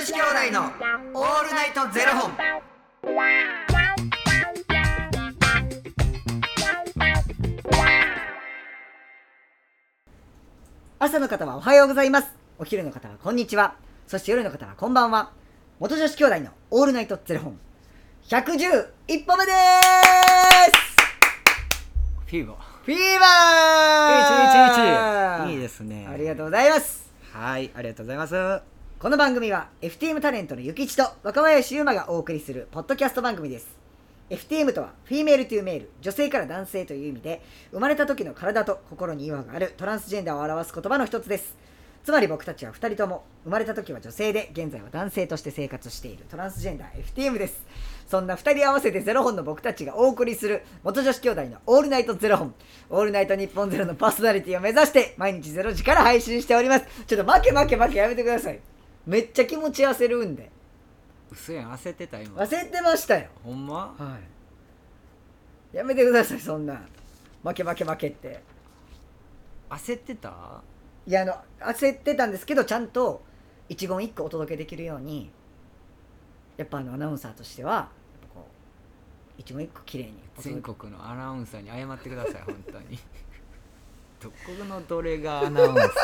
子兄弟のオールナイトゼロ本。 朝の方はおはようございます。お昼の方はこんにちは。そして夜の方はこんばんは。元女子兄弟のオールナイトゼロ本111本目でーす。 フィーバーフィーバーいいですね。 ありがとうございます。 はい、ありがとうございます。 この番組は FTM タレントのゆきちと若林優馬がお送りするポッドキャスト番組です。 FTM とはフィメールトゥーメール、女性から男性という意味で、生まれた時の体と心に違和があるトランスジェンダーを表す言葉の一つです。つまり僕たちは2人とも生まれた時は女性で現在は男性として生活しているトランスジェンダー FTM です。そんな2人合わせてゼロ本の僕たちがお送りする元女子兄弟のオールナイトゼロ本、オールナイト日本ゼロのパーソナリティを目指して毎日0時から配信しております。ちょっと負けやめてください。めっちゃ気持ち焦るんで。 嘘やん、焦ってた今。 焦ってましたよ。 ほんま？ はい、やめてください、そんな負けって焦ってた？ いや、焦ってたんですけど、ちゃんと一言一句お届けできるように、やっぱアナウンサーとしてはやっぱこう一言一句きれいに全国のアナウンサーに謝ってください本当にどこのどれがアナウンサー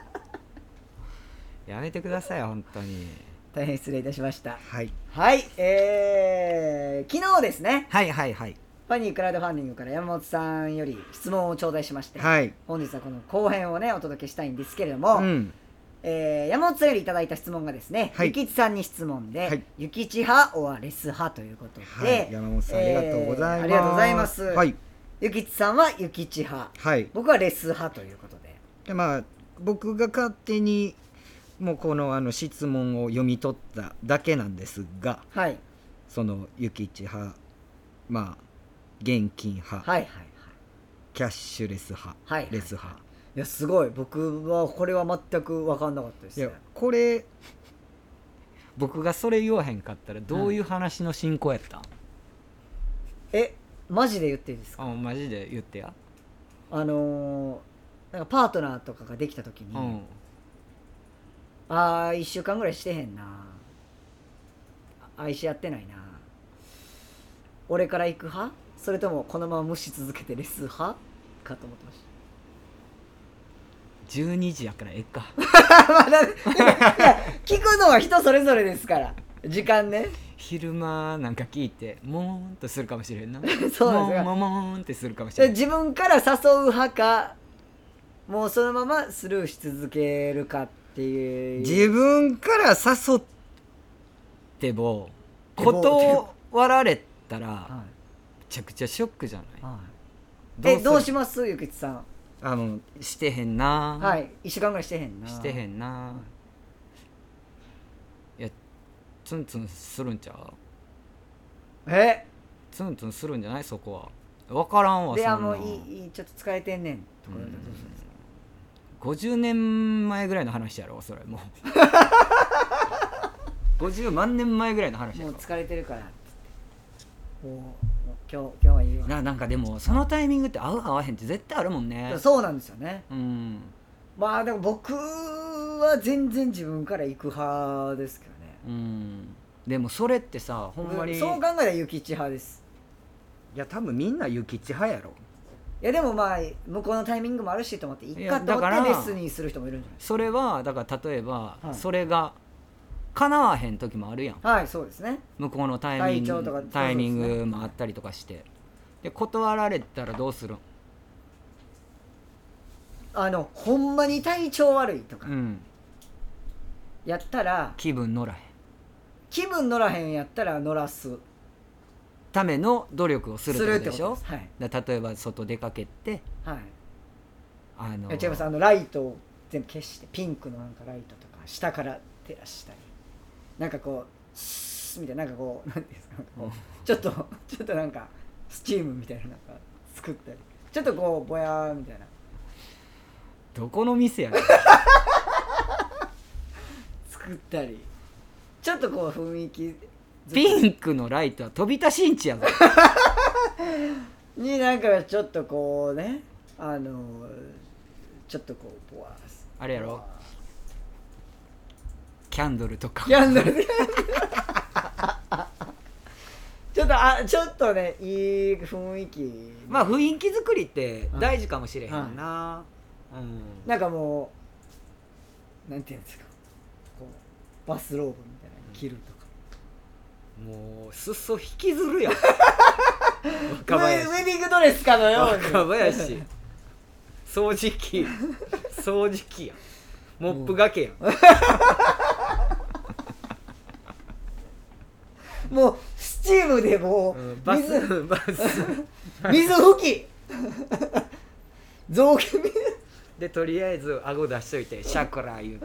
やめてください本当に。 大変失礼いたしました。 はいはい、昨日ですね、 はいファニークラウドファンディングから山本さんより質問を頂戴しまして、 はい、 本日はこの後編をねお届けしたいんですけれども、山本さんよりいただいた質問がですね、 はい、 ゆきちさんに質問で、 はい、 ゆきち派おはレス派ということで、 はい、山本さん、ありがとうございます。 ありがとうございます。 はい、 ゆきちさんはゆきち派、 はい、 僕はレス派ということで、 まあ僕が勝手にもうこの質問を読み取っただけなんですが、 はい、 そのゆきち派、まあ現金派、 はいはいはい、 キャッシュレス派、 はいはい、 レス派。 いやすごい、僕はこれは全く分かんなかったですね。 いやこれ僕がそれ言わへんかったらどういう話の進行やったん？ マジで言っていいですか？ マジで言ってや。 なんかパートナーとかができた時に、1週間ぐらいしてへんな、愛し合ってないな、俺から行く派、それともこのまま無視続けてレス派かと思ってました。 12時やからええかまだいや聞くのは人それぞれですから、時間ね。 昼間なんか聞いてモーンとするかもしれんなそうなんですよ、 モーンってするかもしれん。 自分から誘う派か、もうそのままスルーし続けるかっていう。 自分から誘っても断られたら、めちゃくちゃショックじゃない？ どうしますゆきちさん？ してへんな。 はい、1週間ぐらいしてへんな。 してへんな、いやツンツンするんちゃう？ツンツンするんじゃない？そこは分からんわ。 で、 そんなもういい、ちょっと疲れてんねんとか言われたらどうするんですか ？50年前ぐらいの話やろそれ。もう50万年前ぐらいの話やろ。 もう疲れてるからって言って、もう今日は言うわなんかでもそのタイミングって合う合わへんって絶対あるもんね。 そうなんですよね。 まあでも僕は全然自分から行く派ですけどね。 でもそれってさ、ほんまにそう考えたらゆきち派です。 いや多分みんなゆきち派やろ。 いやでも向こうのタイミングもあるしと思っていっかと思ってレスにする人もいるんじゃないですか。 それはだから例えば、それが叶わへん時もあるやん。 はい、そうですね。 向こうのタイミングもあったりとかして、で断られたらどうするん？ ほんまに体調悪いとか、やったら気分乗らへんやったら乗らすための努力をするってことでしょ。 はい、 例えば外出かけて、 はい、違います。ライトを全部消して、ピンクのなんかライトとか下から照らしたり、なんかこうスーみたいな、なんかこうなんていうんですか、こうちょっとなんかスチームみたいななんか作ったり、ちょっとこうぼやーみたいな。 どこの店やねん作ったり、ちょっとこう雰囲気ピンクのライトは飛び出しんちやぞになんかちょっとこうね、ちょっとこうボワーあれやろ、 キャンドルとかキャンドルちょっとねいい雰囲気、 まあ雰囲気作りって大事かもしれへんな、 なんかもうなんていうんですか、こうバスローブみたいなの着るとか、 もう裾引きずるやんウェディングドレスかのように若林掃除機やん、モップがけやん、 もうスチームでもうバス水拭き雑巾でとりあえず顎出しといてシャクラ言うて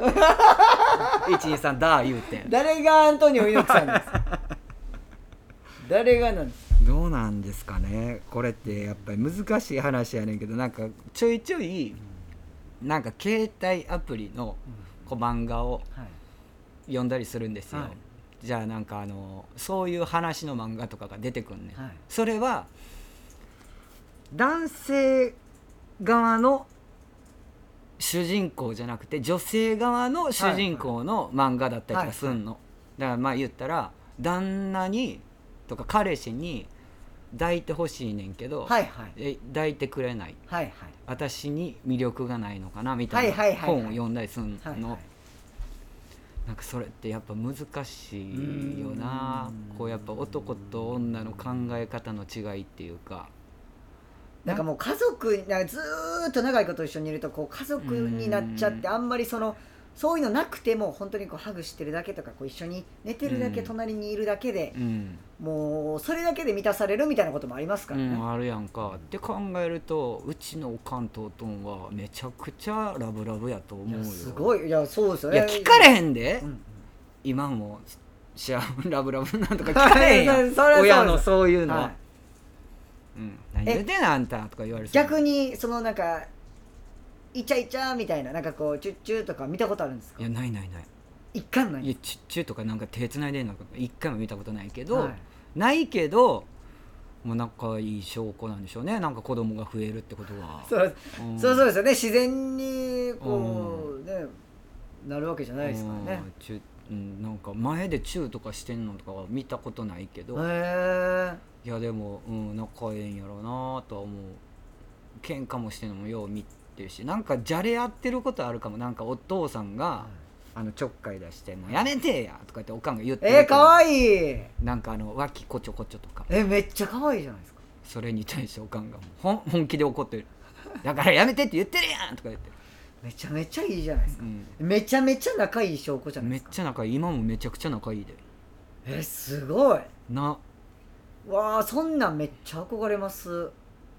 123ダー言うて誰がアントニオ猪木さんですか誰がなんですか。 どうなんですかね、これってやっぱり難しい話やねんけど、なんかちょいちょいなんか携帯アプリのこう漫画を読んだりするんですよ、はい、じゃあなんかそういう話の漫画とかが出てくんね、はい、それは男性側の主人公じゃなくて女性側の主人公の漫画だったりとかすんの、だからまあ言ったら旦那にとか彼氏に抱いてほしいねんけど、はいはい、抱いてくれない、はいはい、私に魅力がないのかなみたいな本を読んだりするの、はいはい、なんかそれってやっぱ難しいよな、こうやっぱ男と女の考え方の違いっていうか、 なんかもう家族なんかずーっと長いこと一緒にいるとこう家族になっちゃって、あんまりそういうのなくても本当にこうハグしてるだけとかこう一緒に寝てるだけ、隣にいるだけで、もうそれだけで満たされるみたいなこともありますからね、 あるやんかって考えると、うちのおかんとおとんはめちゃくちゃラブラブやと思うよ。 すごい、いやそうですよね。 いや聞かれへんで、今もラブラブなんとか聞かれへんやん親のそういうのは、何言うてんのあんたとか言われる。 逆になんかイチャイチャみたいな、なんかこうチュッチュとか見たことあるんですか。 いやない一回もない。 いやチュッチュとかなんか手つないでんのか一回も見たことないけど、ないけどもう仲いい証拠なんでしょうね、なんか子供が増えるってことは。 そうですよね、自然にこう、ねなるわけじゃないですからね。 なんか前でチューとかしてんのとかは見たことないけど、いやでも、仲ええんやろうなとは思う。喧嘩もしてんのもよう見てるし、なんかじゃれ合ってることあるかも。なんかお父さんが、ちょっかい出して「もうやめてや」とかっておかんが言ってる。 かわいい。 なんか脇こちょこちょとかめっちゃかわいいじゃないですか。 それに対しておかんが本気で怒ってる。だからやめてって言ってるやんとか言ってる。 めちゃめちゃいいじゃないですか、めちゃめちゃ仲いい証拠じゃないですか。 めっちゃ仲いい。今もめちゃくちゃ仲いいで。 すごいな。わあ、そんなんめっちゃ憧れます。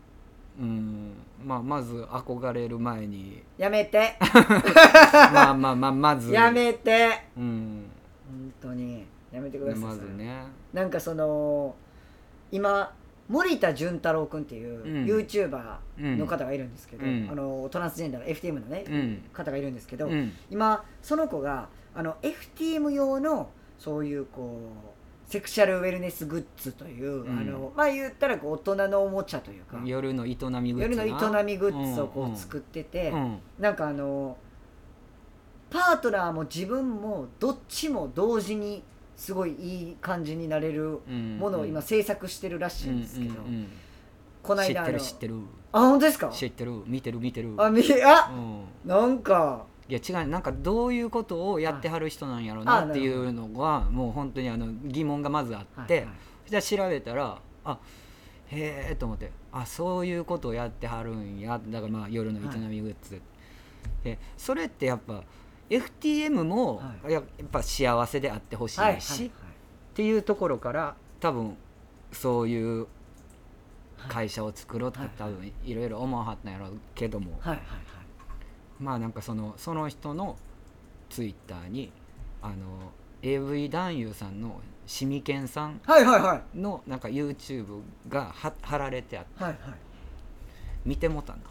まず憧れる前にやめてまずやめて、本当にやめてください。 まずね、 なんか今森田純太郎くんっていう YouTuber の方がいるんですけど、トランスジェンダーの FTM のね、方がいるんですけど、今その子がFTM 用のそういうこうセクシャルウェルネスグッズという、言ったらこう大人のおもちゃというか夜の営みグッズをこう作ってて、なんかパートナーも自分もどっちも同時にすごいいい感じになれるものを今制作してるらしいんですけど、この間知ってる。 あ、本当ですか。 知ってる、見てる。 なんかいや違う、なんかどういうことをやってはる人なんやろうなっていうのがもう本当に疑問がまずあって、じゃあ調べたらへえと思って、そういうことをやってはるんや。だから夜の営みグッズ、でそれってやっぱ FTM もやっぱ幸せであってほしいし、っていうところから多分そういう会社を作ろうって多分いろいろ思わはったんやろうけども、なんかその人のツイッターにAV 男優さんのシミケンさんのなんか YouTube が貼られてあって、見てもたな。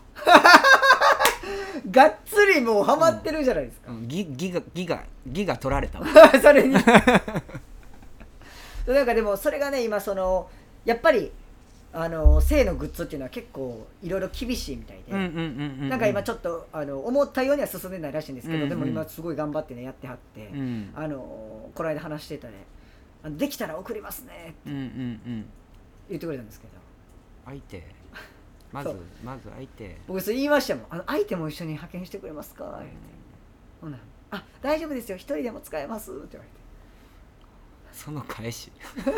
がっつりもうハマってるじゃないですか。 ギガ取られたわそれになんかでもそれがね今やっぱり性のグッズっていうのは結構いろいろ厳しいみたいで、なんか今ちょっと思ったようには進んでないらしいんですけど、でも今すごい頑張ってねやってはって、この間話してたね、できたら送りますねって言ってくれたんですけど、 相手まず相手、 僕それ言いましたもん、相手も一緒に派遣してくれますかって、ほな大丈夫ですよ、一人でも使えますって言われて、 その返し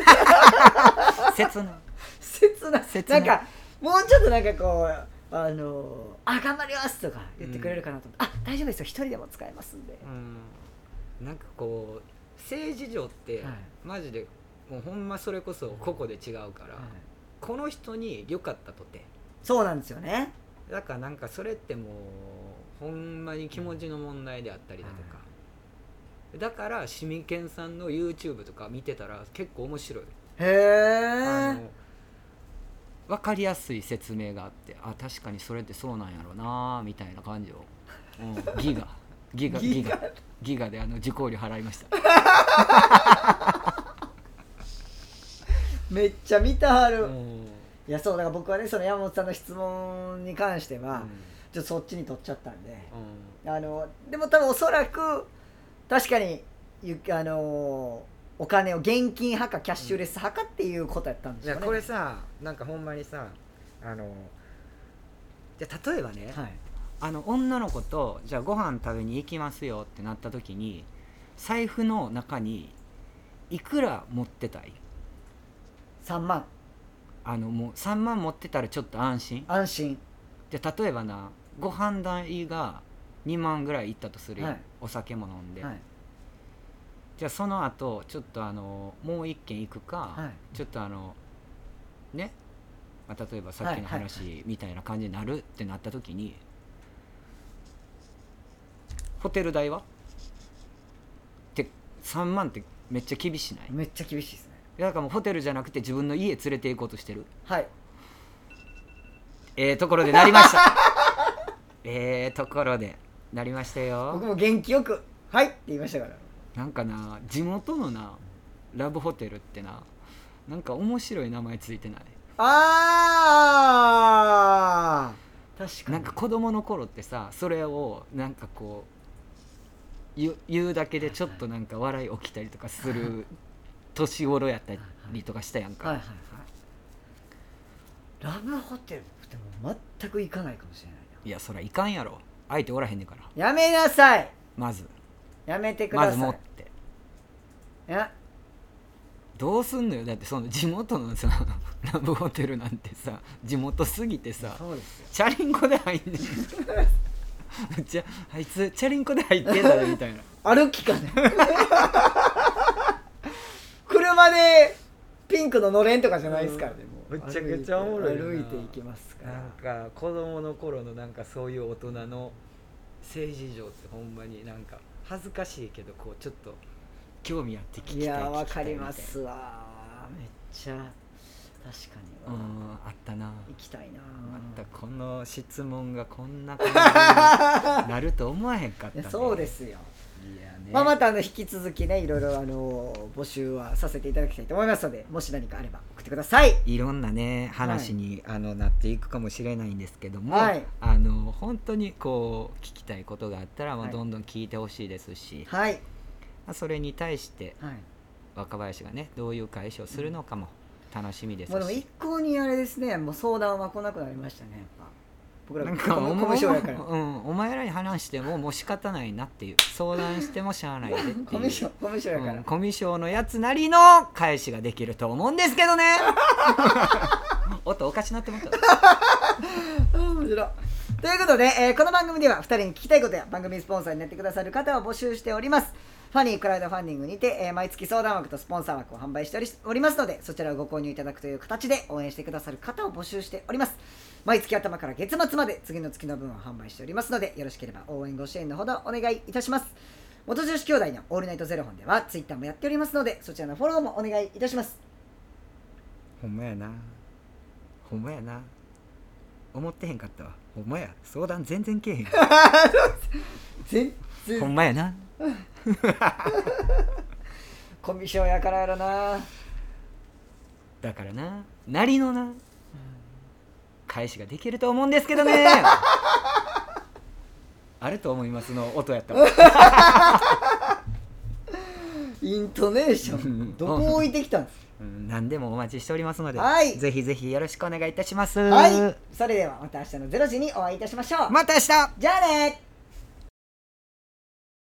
切ななんかもうちょっとなんかこう頑張りますとか言ってくれるかなと思って、大丈夫ですよ、一人でも使えますんで、 なんかこう性事情って、マジでもうほんまそれこそ個々で違うから、この人に良かったとて、 そうなんですよね。 だからなんかそれってもうほんまに気持ちの問題であったりだとか、だからシミケンさんの YouTube とか見てたら結構面白い。分かりやすい説明があって、確かにそれってそうなんやろなみたいな感じを、ギガで受講料払いましためっちゃ見たはる。いやそうだから僕はね、その山本さんの質問に関しては、ちょっとそっちに取っちゃったんで、でも多分おそらく確かにお金を現金派かキャッシュレス派かっていうことやったんですよね。 これさ、なんかほんまにさ、じゃあ例えばね、女の子とじゃあご飯食べに行きますよってなった時に、財布の中にいくら持ってたい ？3万。 もう3万持ってたらちょっと安心。じゃあ例えばな、ご飯代が2万ぐらいいったとするよ、お酒も飲んで、じゃあその後ちょっともう一軒行くか、ちょっとね、例えばさっきの話みたいな感じになるってなった時に、ホテル代はって3万ってめっちゃ厳しない？ めっちゃ厳しいですね。 だからもうホテルじゃなくて自分の家連れて行こうとしてる。ところでなりましたところでなりましたよ。 僕も元気よくはいって言いましたから。 なんかな、地元のなラブホテルってな、なんか面白い名前ついてない？ 確かに。 なんか子供の頃ってさ、それをなんかこう言うだけでちょっとなんか笑い起きたりとかする年頃やったりとかしたやんか。 ラブホテルっても全く行かないかもしれないな。 いやそりゃいかんやろ、相手おらへんねんから。 やめなさい。 まずやめてください。 まず持って、どうすんのよ。だってその地元のさラブホテルなんてさ、地元すぎてさ、チャリンコで入んねんじゃあいつチャリンコで入ってんだよみたいな歩きかね車でピンクののれんとかじゃないですからね、 めちゃくちゃおもろいな。 歩いていきますから。 なんか子供の頃のなんかそういう大人の性事情ってほんまになんか恥ずかしいけど、こうちょっと興味あって聞きたい。 いやわかりますわ。めっちゃ確かにあったな。 行きたいな。 またこの質問がこんな感じになると思わへんかったねそうですよ。 いやね、 また引き続きね、いろいろ募集はさせていただきたいと思いますので、もし何かあれば送ってください。 いろんなね話に、なっていくかもしれないんですけども、本当にこう聞きたいことがあったら、どんどん聞いてほしいですし、それに対して、若林がねどういう返しをするのかも楽しみですし、 もうでも一向にあれですね、もう相談は来なくなりましたね。やっぱ僕らなんかコミュ障やから、 お前らに話してももう仕方ないなっていう、相談してもしゃあないでっていうコミュ障やから、 コミュ障のやつなりの返しができると思うんですけどね音おかしなってました面白い。ということで、この番組では2人に聞きたいことや番組スポンサーになってくださる方を募集しております。ファニークラウドファンディングにて、毎月相談枠とスポンサー枠を販売しておりますので、そちらをご購入いただくという形で応援してくださる方を募集しております。毎月頭から月末まで次の月の分を販売しておりますので、よろしければ応援ご支援のほどお願いいたします。元女子兄弟のオールナイトゼロ本ではツイッターもやっておりますので、そちらのフォローもお願いいたします。 ほんまやな、ほんまやな、思ってへんかったわ。ほんまや、相談全然けえへん全然ほんまやなコミュ障やからやろな。 だからな、なりのな返しができると思うんですけどねあると思いますの音やったもんイントネーションどこ置いてきたんですか？ 何でもお待ちしておりますので、 はい、 ぜひぜひよろしくお願いいたします。 はい、それではまた明日の0時にお会いいたしましょう。 また明日。 じゃあね。